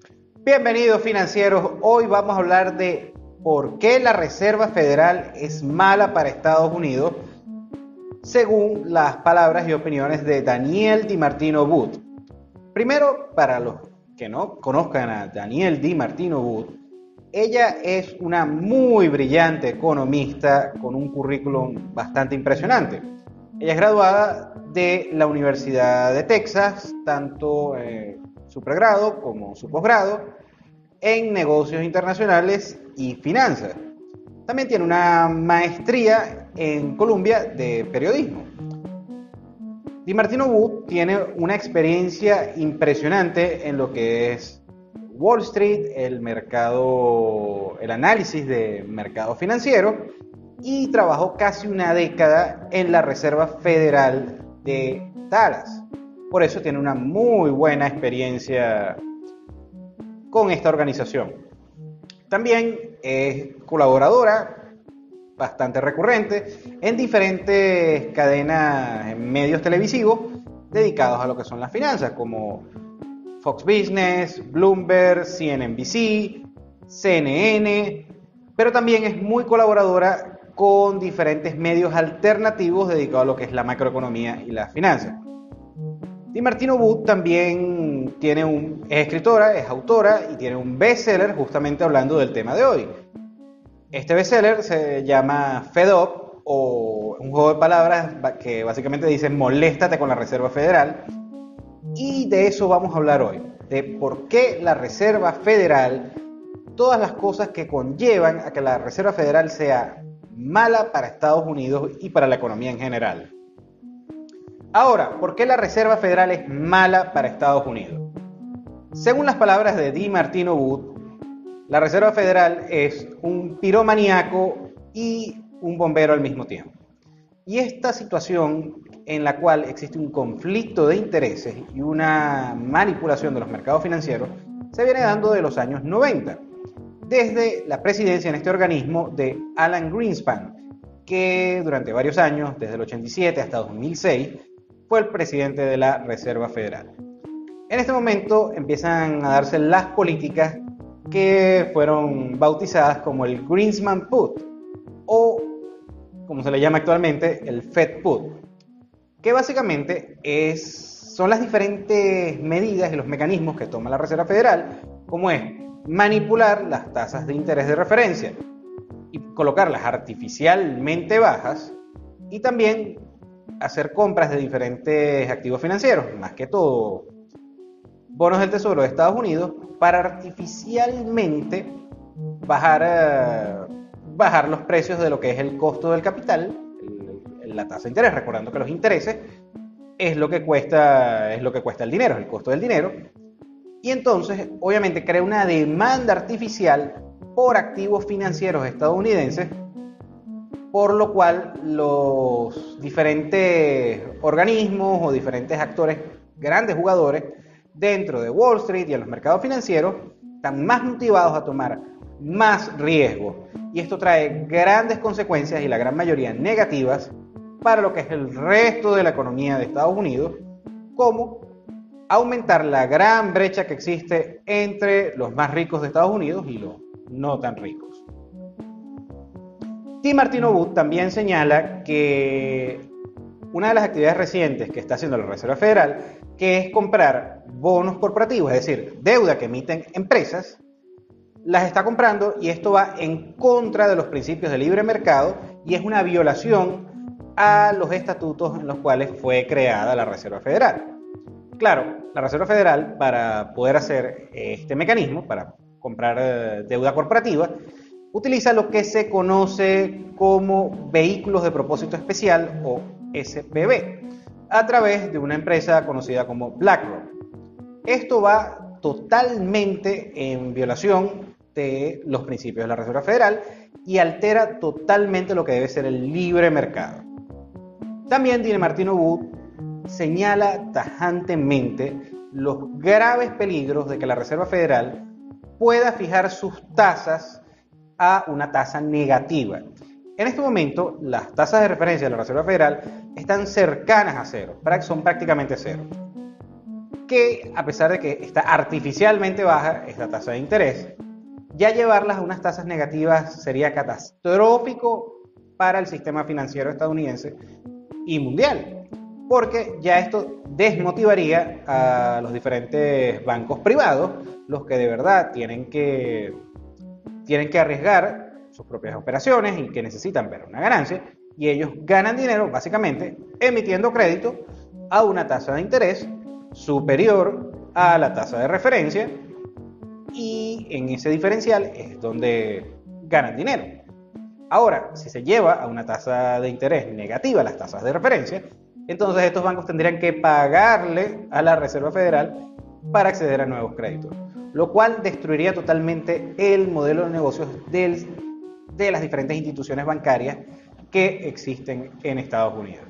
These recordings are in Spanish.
Bienvenidos financieros, hoy vamos a hablar de por qué la Reserva Federal es mala para Estados Unidos, según las palabras y opiniones de Danielle DiMartino Wood. Primero, para los que no conozcan a Danielle DiMartino Wood, ella es una muy brillante economista con un currículum bastante impresionante. Ella es graduada de la Universidad de Texas, tanto su pregrado como su posgrado, en negocios internacionales y finanzas. También tiene una maestría en Columbia de periodismo. DiMartino Wood tiene una experiencia impresionante en lo que es Wall Street, el análisis de mercado financiero, y trabajó casi una década en la Reserva Federal de Dallas. Por eso tiene una muy buena experiencia con esta organización. También es colaboradora bastante recurrente en diferentes cadenas en medios televisivos dedicados a lo que son las finanzas, como Fox Business, Bloomberg, CNBC, CNN, pero también es muy colaboradora con diferentes medios alternativos dedicados a lo que es la macroeconomía y las finanzas. DiMartino Wood también es escritora, es autora y tiene un bestseller justamente hablando del tema de hoy. Este bestseller se llama Fed Up, o un juego de palabras que básicamente dice moléstate con la Reserva Federal, y de eso vamos a hablar hoy, de por qué la Reserva Federal, todas las cosas que conllevan a que la Reserva Federal sea mala para Estados Unidos y para la economía en general. Ahora, ¿por qué la Reserva Federal es mala para Estados Unidos? Según las palabras de DiMartino Wood, la Reserva Federal es un piromaníaco y un bombero al mismo tiempo. Y esta situación en la cual existe un conflicto de intereses y una manipulación de los mercados financieros se viene dando de los años 90, desde la presidencia en este organismo de Alan Greenspan, que durante varios años, desde el 87 hasta 2006, fue el presidente de la Reserva Federal. En este momento empiezan a darse las políticas que fueron bautizadas como el Greenspan Put, o como se le llama actualmente, el Fed Put, que básicamente son las diferentes medidas y los mecanismos que toma la Reserva Federal, como es manipular las tasas de interés de referencia y colocarlas artificialmente bajas, y también hacer compras de diferentes activos financieros, más que todo bonos del Tesoro de Estados Unidos, para artificialmente bajar los precios de lo que es el costo del capital, la tasa de interés, recordando que los intereses es lo que cuesta el dinero, el costo del dinero, y entonces obviamente crea una demanda artificial por activos financieros estadounidenses, por lo cual los diferentes organismos o diferentes actores, grandes jugadores dentro de Wall Street y en los mercados financieros, están más motivados a tomar más riesgo, y esto trae grandes consecuencias, y la gran mayoría negativas, para lo que es el resto de la economía de Estados Unidos, como aumentar la gran brecha que existe entre los más ricos de Estados Unidos y los no tan ricos. DiMartino Wood también señala que una de las actividades recientes que está haciendo la Reserva Federal, que es comprar bonos corporativos, es decir, deuda que emiten empresas, las está comprando, y esto va en contra de los principios de libre mercado y es una violación a los estatutos en los cuales fue creada la Reserva Federal. Claro, la Reserva Federal, para poder hacer este mecanismo, para comprar deuda corporativa, utiliza lo que se conoce como vehículos de propósito especial, o SPV, a través de una empresa conocida como BlackRock. Esto va totalmente en violación de los principios de la Reserva Federal y altera totalmente lo que debe ser el libre mercado. También DiMartino Wood señala tajantemente los graves peligros de que la Reserva Federal pueda fijar sus tasas a una tasa negativa. En este momento, las tasas de referencia de la Reserva Federal están cercanas a cero, son prácticamente cero. que a pesar de que está artificialmente baja esta tasa de interés, ya llevarlas a unas tasas negativas sería catastrófico para el sistema financiero estadounidense y mundial, porque ya esto desmotivaría a los diferentes bancos privados, los que de verdad tienen que arriesgar sus propias operaciones y que necesitan ver una ganancia, y ellos ganan dinero básicamente emitiendo crédito a una tasa de interés superior a la tasa de referencia, y en ese diferencial es donde ganan dinero. Ahora, si se lleva a una tasa de interés negativa las tasas de referencia, entonces estos bancos tendrían que pagarle a la Reserva Federal para acceder a nuevos créditos, lo cual destruiría totalmente el modelo de negocios de las diferentes instituciones bancarias que existen en Estados Unidos.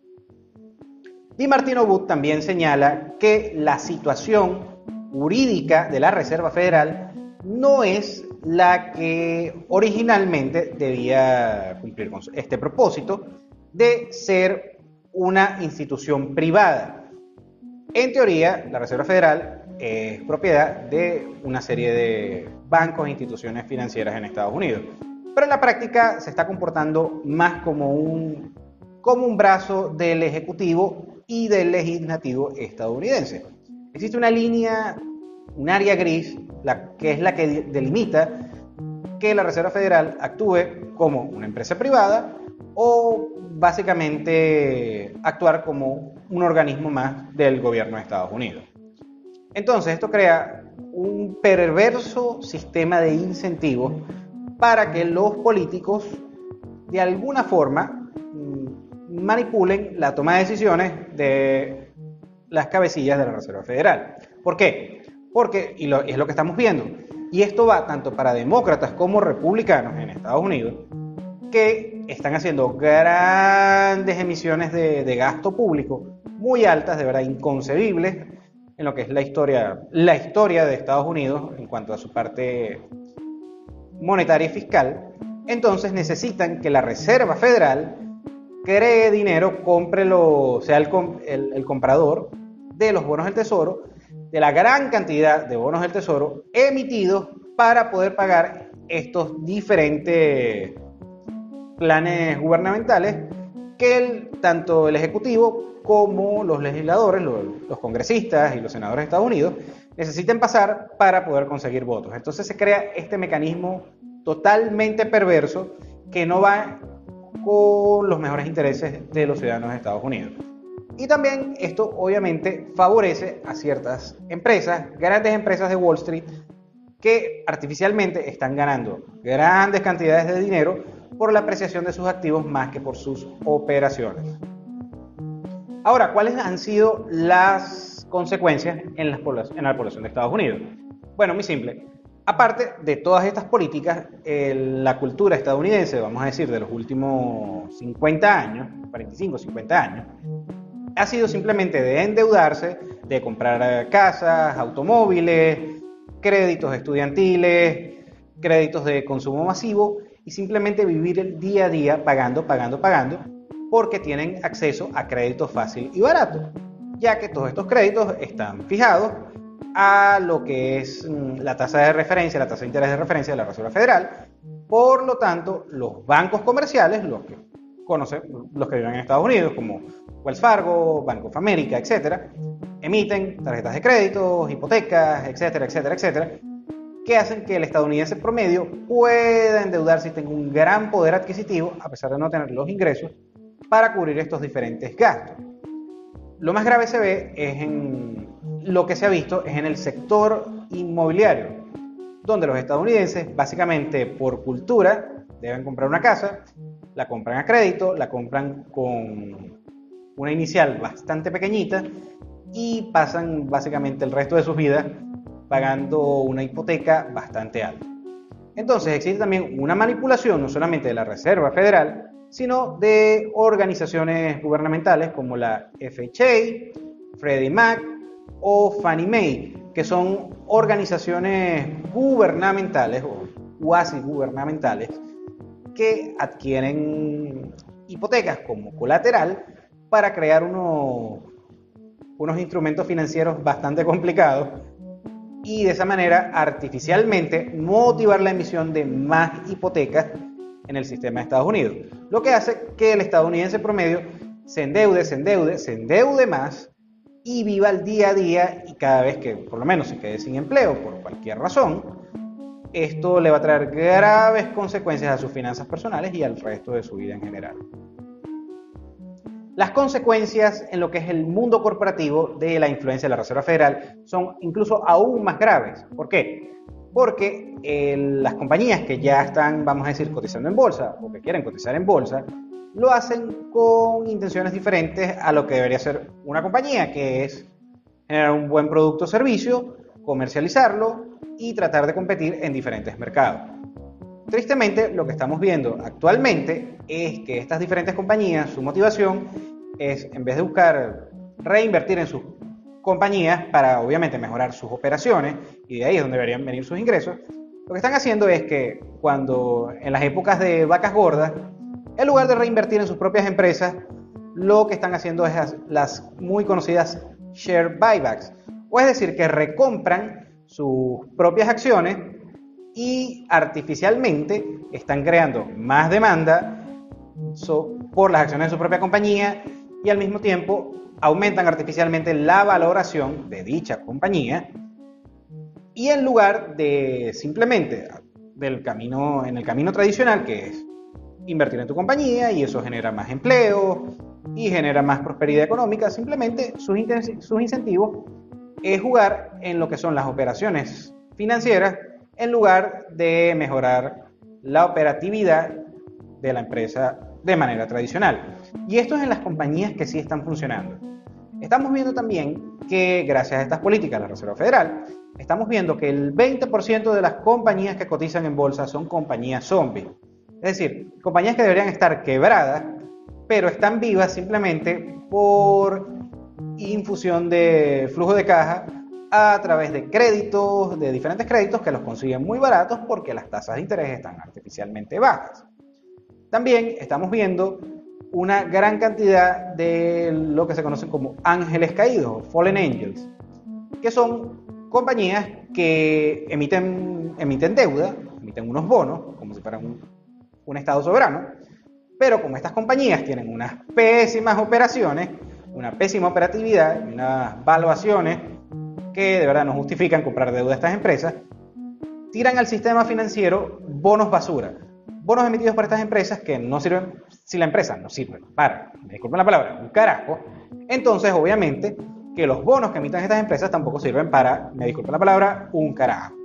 DiMartino Wood también señala que la situación jurídica de la Reserva Federal no es la que originalmente debía cumplir con este propósito de ser una institución privada. En teoría, la Reserva Federal es propiedad de una serie de bancos e instituciones financieras en Estados Unidos, pero en la práctica se está comportando más como un brazo del Ejecutivo y del Legislativo estadounidense. Existe una línea, un área gris, que es la que delimita que la Reserva Federal actúe como una empresa privada o básicamente actuar como un organismo más del gobierno de Estados Unidos. Entonces esto crea un perverso sistema de incentivos para que los políticos de alguna forma manipulen la toma de decisiones de las cabecillas de la Reserva Federal. ¿Por qué? Porque, es lo que estamos viendo, y esto va tanto para demócratas como republicanos en Estados Unidos, que están haciendo grandes emisiones de gasto público muy altas, de verdad inconcebibles, en lo que es la historia de Estados Unidos en cuanto a su parte monetaria y fiscal. Entonces necesitan que la Reserva Federal cree dinero, sea el comprador de los bonos del Tesoro, de la gran cantidad de bonos del Tesoro emitidos para poder pagar estos diferentes planes gubernamentales que tanto el Ejecutivo como los legisladores, los congresistas y los senadores de Estados Unidos necesiten pasar para poder conseguir votos. Entonces se crea este mecanismo totalmente perverso que no va con los mejores intereses de los ciudadanos de Estados Unidos. Y también esto obviamente favorece a ciertas empresas, grandes empresas de Wall Street, que artificialmente están ganando grandes cantidades de dinero por la apreciación de sus activos más que por sus operaciones. Ahora, ¿cuáles han sido las consecuencias en la población de Estados Unidos? Bueno, muy simple. Aparte de todas estas políticas, la cultura estadounidense, vamos a decir, de los últimos 50 años, 45, 50 años, ha sido simplemente de endeudarse, de comprar casas, automóviles, créditos estudiantiles, créditos de consumo masivo y simplemente vivir el día a día pagando, porque tienen acceso a crédito fácil y barato, ya que todos estos créditos están fijados a lo que es la tasa de referencia, la tasa de interés de referencia de la Reserva Federal. Por lo tanto, los bancos comerciales, los que viven en Estados Unidos, como Wells Fargo, Bank of America, etcétera, emiten tarjetas de crédito, hipotecas, etcétera, que hacen que el estadounidense promedio pueda endeudarse y tenga un gran poder adquisitivo, a pesar de no tener los ingresos, para cubrir estos diferentes gastos. Lo más grave se ve lo que se ha visto es en el sector inmobiliario, donde los estadounidenses, básicamente por cultura, deben comprar una casa, la compran a crédito, la compran con una inicial bastante pequeñita y pasan básicamente el resto de sus vidas pagando una hipoteca bastante alta. Entonces existe también una manipulación no solamente de la Reserva Federal, sino de organizaciones gubernamentales como la FHA, Freddie Mac o Fannie Mae, que son organizaciones gubernamentales o cuasi gubernamentales que adquieren hipotecas como colateral para crear unos unos instrumentos financieros bastante complicados y de esa manera artificialmente motivar la emisión de más hipotecas en el sistema de Estados Unidos, lo que hace que el estadounidense promedio se endeude más y viva el día a día, y cada vez que por lo menos se quede sin empleo por cualquier razón, esto le va a traer graves consecuencias a sus finanzas personales y al resto de su vida en general. Las consecuencias en lo que es el mundo corporativo de la influencia de la Reserva Federal son incluso aún más graves. ¿Por qué? Porque las compañías que ya están, vamos a decir, cotizando en bolsa o que quieren cotizar en bolsa, lo hacen con intenciones diferentes a lo que debería ser una compañía, que es generar un buen producto o servicio, comercializarlo y tratar de competir en diferentes mercados. Tristemente, lo que estamos viendo actualmente es que estas diferentes compañías, su motivación es, en vez de buscar reinvertir en sus compañías para obviamente mejorar sus operaciones, y de ahí es donde deberían venir sus ingresos, lo que están haciendo es que cuando en las épocas de vacas gordas, en lugar de reinvertir en sus propias empresas, lo que están haciendo es las muy conocidas share buybacks, o es decir, que recompran sus propias acciones y artificialmente están creando más demanda por las acciones de su propia compañía y al mismo tiempo aumentan artificialmente la valoración de dicha compañía, y en lugar de simplemente en el camino tradicional, que es invertir en tu compañía y eso genera más empleo y genera más prosperidad económica, simplemente sus incentivos es jugar en lo que son las operaciones financieras en lugar de mejorar la operatividad de la empresa de manera tradicional. Y esto es en las compañías que sí están funcionando. Estamos viendo también que gracias a estas políticas de la Reserva Federal, estamos viendo que el 20% de las compañías que cotizan en bolsa son compañías zombies. Es decir, compañías que deberían estar quebradas, pero están vivas simplemente por infusión de flujo de caja a través de créditos, de diferentes créditos que los consiguen muy baratos porque las tasas de interés están artificialmente bajas. También estamos viendo una gran cantidad de lo que se conocen como ángeles caídos, fallen angels, que son compañías que emiten deuda, emiten unos bonos, como si fueran un estado soberano, pero como estas compañías tienen unas pésimas operaciones, una pésima operatividad y unas valuaciones que de verdad no justifican comprar deuda a estas empresas, tiran al sistema financiero bonos basura, bonos emitidos por estas empresas que no sirven, si la empresa no sirve para, disculpen la palabra, un carajo, entonces obviamente que los bonos que emitan estas empresas tampoco sirven para, me disculpen la palabra, un carajo.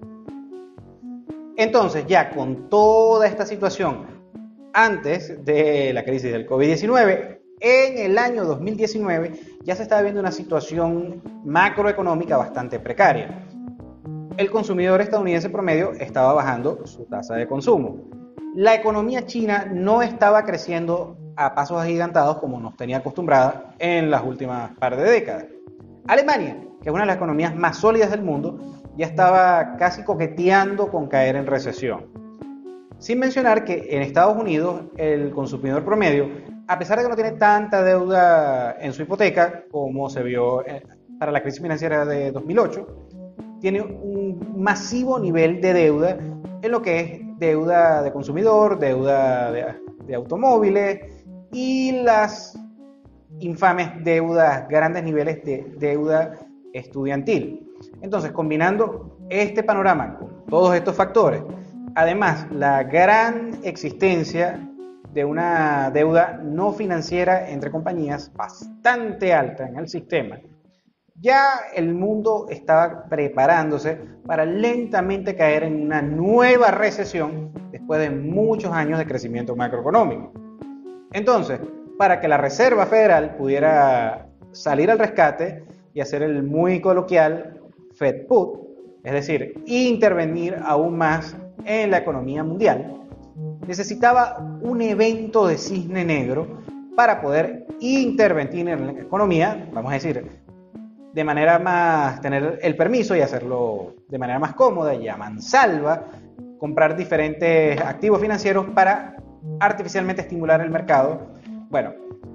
Entonces ya con toda esta situación antes de la crisis del COVID-19, en el año 2019 ya se estaba viendo una situación macroeconómica bastante precaria. El consumidor estadounidense promedio estaba bajando su tasa de consumo. La economía china no estaba creciendo a pasos agigantados como nos tenía acostumbrada en las últimas par de décadas. Alemania, que es una de las economías más sólidas del mundo, ya estaba casi coqueteando con caer en recesión. Sin mencionar que en Estados Unidos el consumidor promedio, a pesar de que no tiene tanta deuda en su hipoteca como se vio para la crisis financiera de 2008, tiene un masivo nivel de deuda en lo que es deuda de consumidor, deuda de automóviles y las infames deudas, grandes niveles de deuda estudiantil. Entonces, combinando este panorama con todos estos factores, además la gran existencia de una deuda no financiera entre compañías bastante alta en el sistema, ya el mundo estaba preparándose para lentamente caer en una nueva recesión después de muchos años de crecimiento macroeconómico. Entonces, para que la Reserva Federal pudiera salir al rescate y hacer el muy coloquial Fed Put, es decir, intervenir aún más en la economía mundial, necesitaba un evento de cisne negro para poder intervenir en la economía, vamos a decir, de manera más, tener el permiso y hacerlo de manera más cómoda y a mansalva, comprar diferentes activos financieros para artificialmente estimular el mercado. Bueno,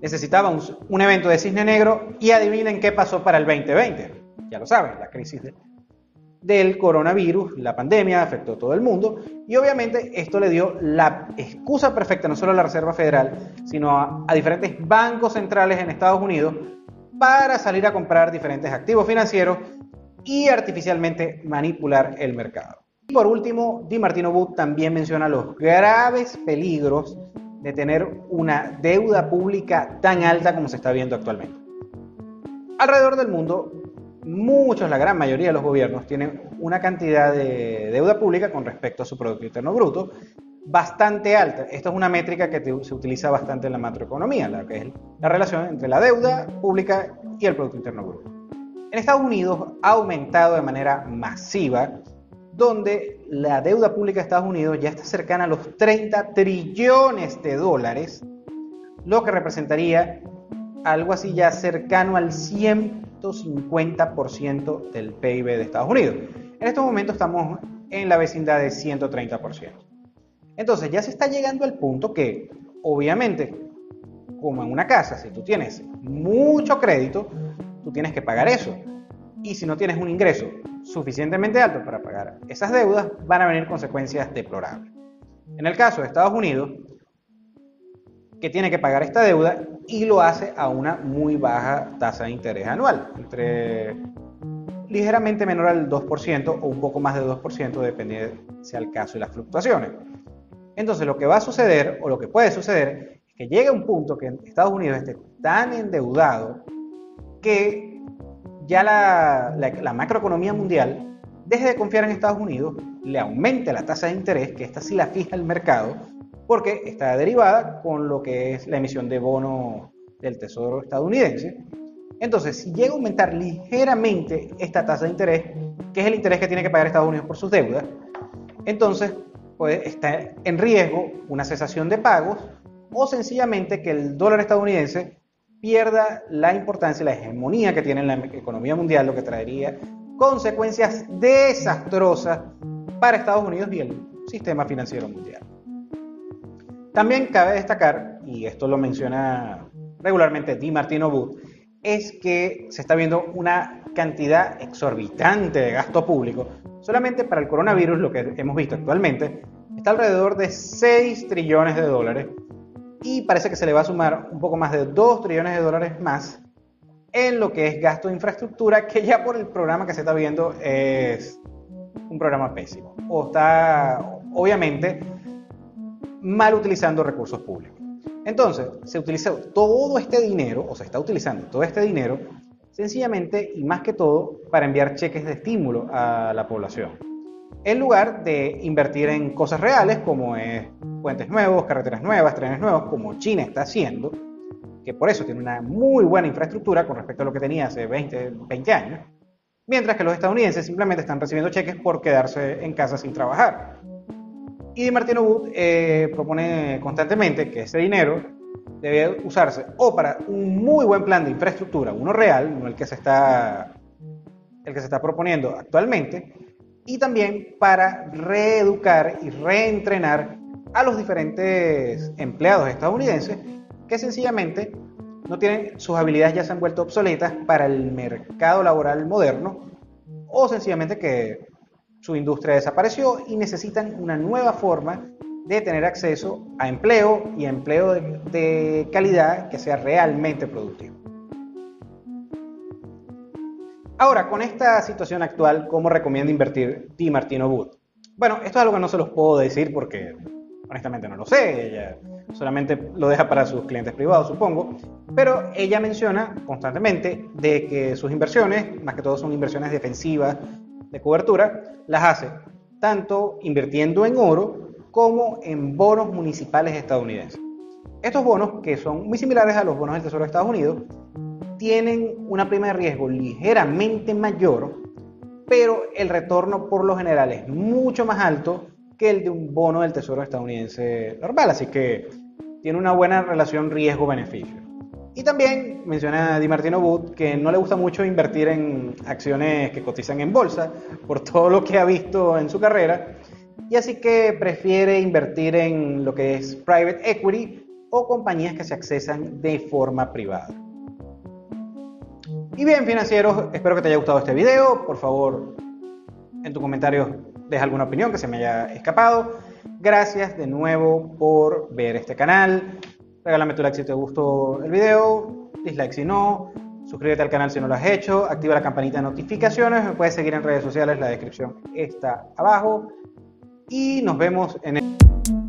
necesitaba un evento de cisne negro y adivinen qué pasó para el 2020. Ya lo saben, la crisis del coronavirus, la pandemia afectó a todo el mundo y obviamente esto le dio la excusa perfecta no solo a la Reserva Federal, sino a diferentes bancos centrales en Estados Unidos para salir a comprar diferentes activos financieros y artificialmente manipular el mercado. Y por último, DiMartino Wood también menciona los graves peligros de tener una deuda pública tan alta como se está viendo actualmente. Alrededor del mundo, la gran mayoría de los gobiernos tienen una cantidad de deuda pública con respecto a su Producto Interno Bruto bastante alta. Esto es una métrica que se utiliza bastante en la macroeconomía, la que es la relación entre la deuda pública y el Producto Interno Bruto. En Estados Unidos ha aumentado de manera masiva, donde la deuda pública de Estados Unidos ya está cercana a los 30 trillones de dólares, lo que representaría algo así ya cercano al 150% del PIB de Estados Unidos. En estos momentos estamos en la vecindad de 130%. Entonces ya se está llegando al punto que, obviamente, como en una casa, si tú tienes mucho crédito, tú tienes que pagar eso. Y si no tienes un ingreso suficientemente alto para pagar esas deudas, van a venir consecuencias deplorables. En el caso de Estados Unidos, que tiene que pagar esta deuda y lo hace a una muy baja tasa de interés anual, entre ligeramente menor al 2% o un poco más de 2%, depende sea el caso y las fluctuaciones. Entonces lo que va a suceder, o lo que puede suceder, es que llegue un punto que Estados Unidos esté tan endeudado que ya la macroeconomía mundial deje de confiar en Estados Unidos, le aumente la tasa de interés, que esta sí la fija el mercado, porque está derivada con lo que es la emisión de bonos del Tesoro estadounidense. Entonces, si llega a aumentar ligeramente esta tasa de interés, que es el interés que tiene que pagar Estados Unidos por sus deudas, entonces puede estar en riesgo una cesación de pagos o sencillamente que el dólar estadounidense pierda la importancia y la hegemonía que tiene en la economía mundial, lo que traería consecuencias desastrosas para Estados Unidos y el sistema financiero mundial. También cabe destacar, y esto lo menciona regularmente DiMartino Wood, es que se está viendo una cantidad exorbitante de gasto público. Solamente para el coronavirus, lo que hemos visto actualmente, está alrededor de 6 trillones de dólares y parece que se le va a sumar un poco más de 2 trillones de dólares más en lo que es gasto de infraestructura, que ya por el programa que se está viendo es un programa pésimo. O está, obviamente, mal utilizando recursos públicos. Entonces, se utilizó todo este dinero, o se está utilizando todo este dinero, sencillamente y más que todo para enviar cheques de estímulo a la población, en lugar de invertir en cosas reales como es puentes nuevos, carreteras nuevas, trenes nuevos, como China está haciendo, que por eso tiene una muy buena infraestructura con respecto a lo que tenía hace 20 años, mientras que los estadounidenses simplemente están recibiendo cheques por quedarse en casa sin trabajar. Y DiMartino Wood propone constantemente que ese dinero debe usarse o para un muy buen plan de infraestructura, uno real, no el que se está proponiendo actualmente, y también para reeducar y reentrenar a los diferentes empleados estadounidenses que sencillamente no tienen, sus habilidades ya se han vuelto obsoletas para el mercado laboral moderno, o sencillamente que su industria desapareció y necesitan una nueva forma de tener acceso a empleo y a empleo de calidad que sea realmente productivo. Ahora, con esta situación actual, ¿cómo recomienda invertir DiMartino Wood? Bueno, esto es algo que no se los puedo decir porque honestamente no lo sé, ella solamente lo deja para sus clientes privados, supongo, pero ella menciona constantemente de que sus inversiones, más que todo son inversiones defensivas, de cobertura, las hace tanto invirtiendo en oro como en bonos municipales estadounidenses. Estos bonos, que son muy similares a los bonos del Tesoro de Estados Unidos, tienen una prima de riesgo ligeramente mayor, pero el retorno por lo general es mucho más alto que el de un bono del Tesoro estadounidense normal, así que tiene una buena relación riesgo-beneficio. Y también menciona DiMartino Wood que no le gusta mucho invertir en acciones que cotizan en bolsa por todo lo que ha visto en su carrera, y así que prefiere invertir en lo que es private equity, o compañías que se accesan de forma privada. Y bien, financieros, espero que te haya gustado este video. Por favor, en tus comentarios deja alguna opinión que se me haya escapado. Gracias de nuevo por ver este canal. Regálame tu like si te gustó el video, dislike si no, suscríbete al canal si no lo has hecho, activa la campanita de notificaciones, me puedes seguir en redes sociales, la descripción está abajo y nos vemos en el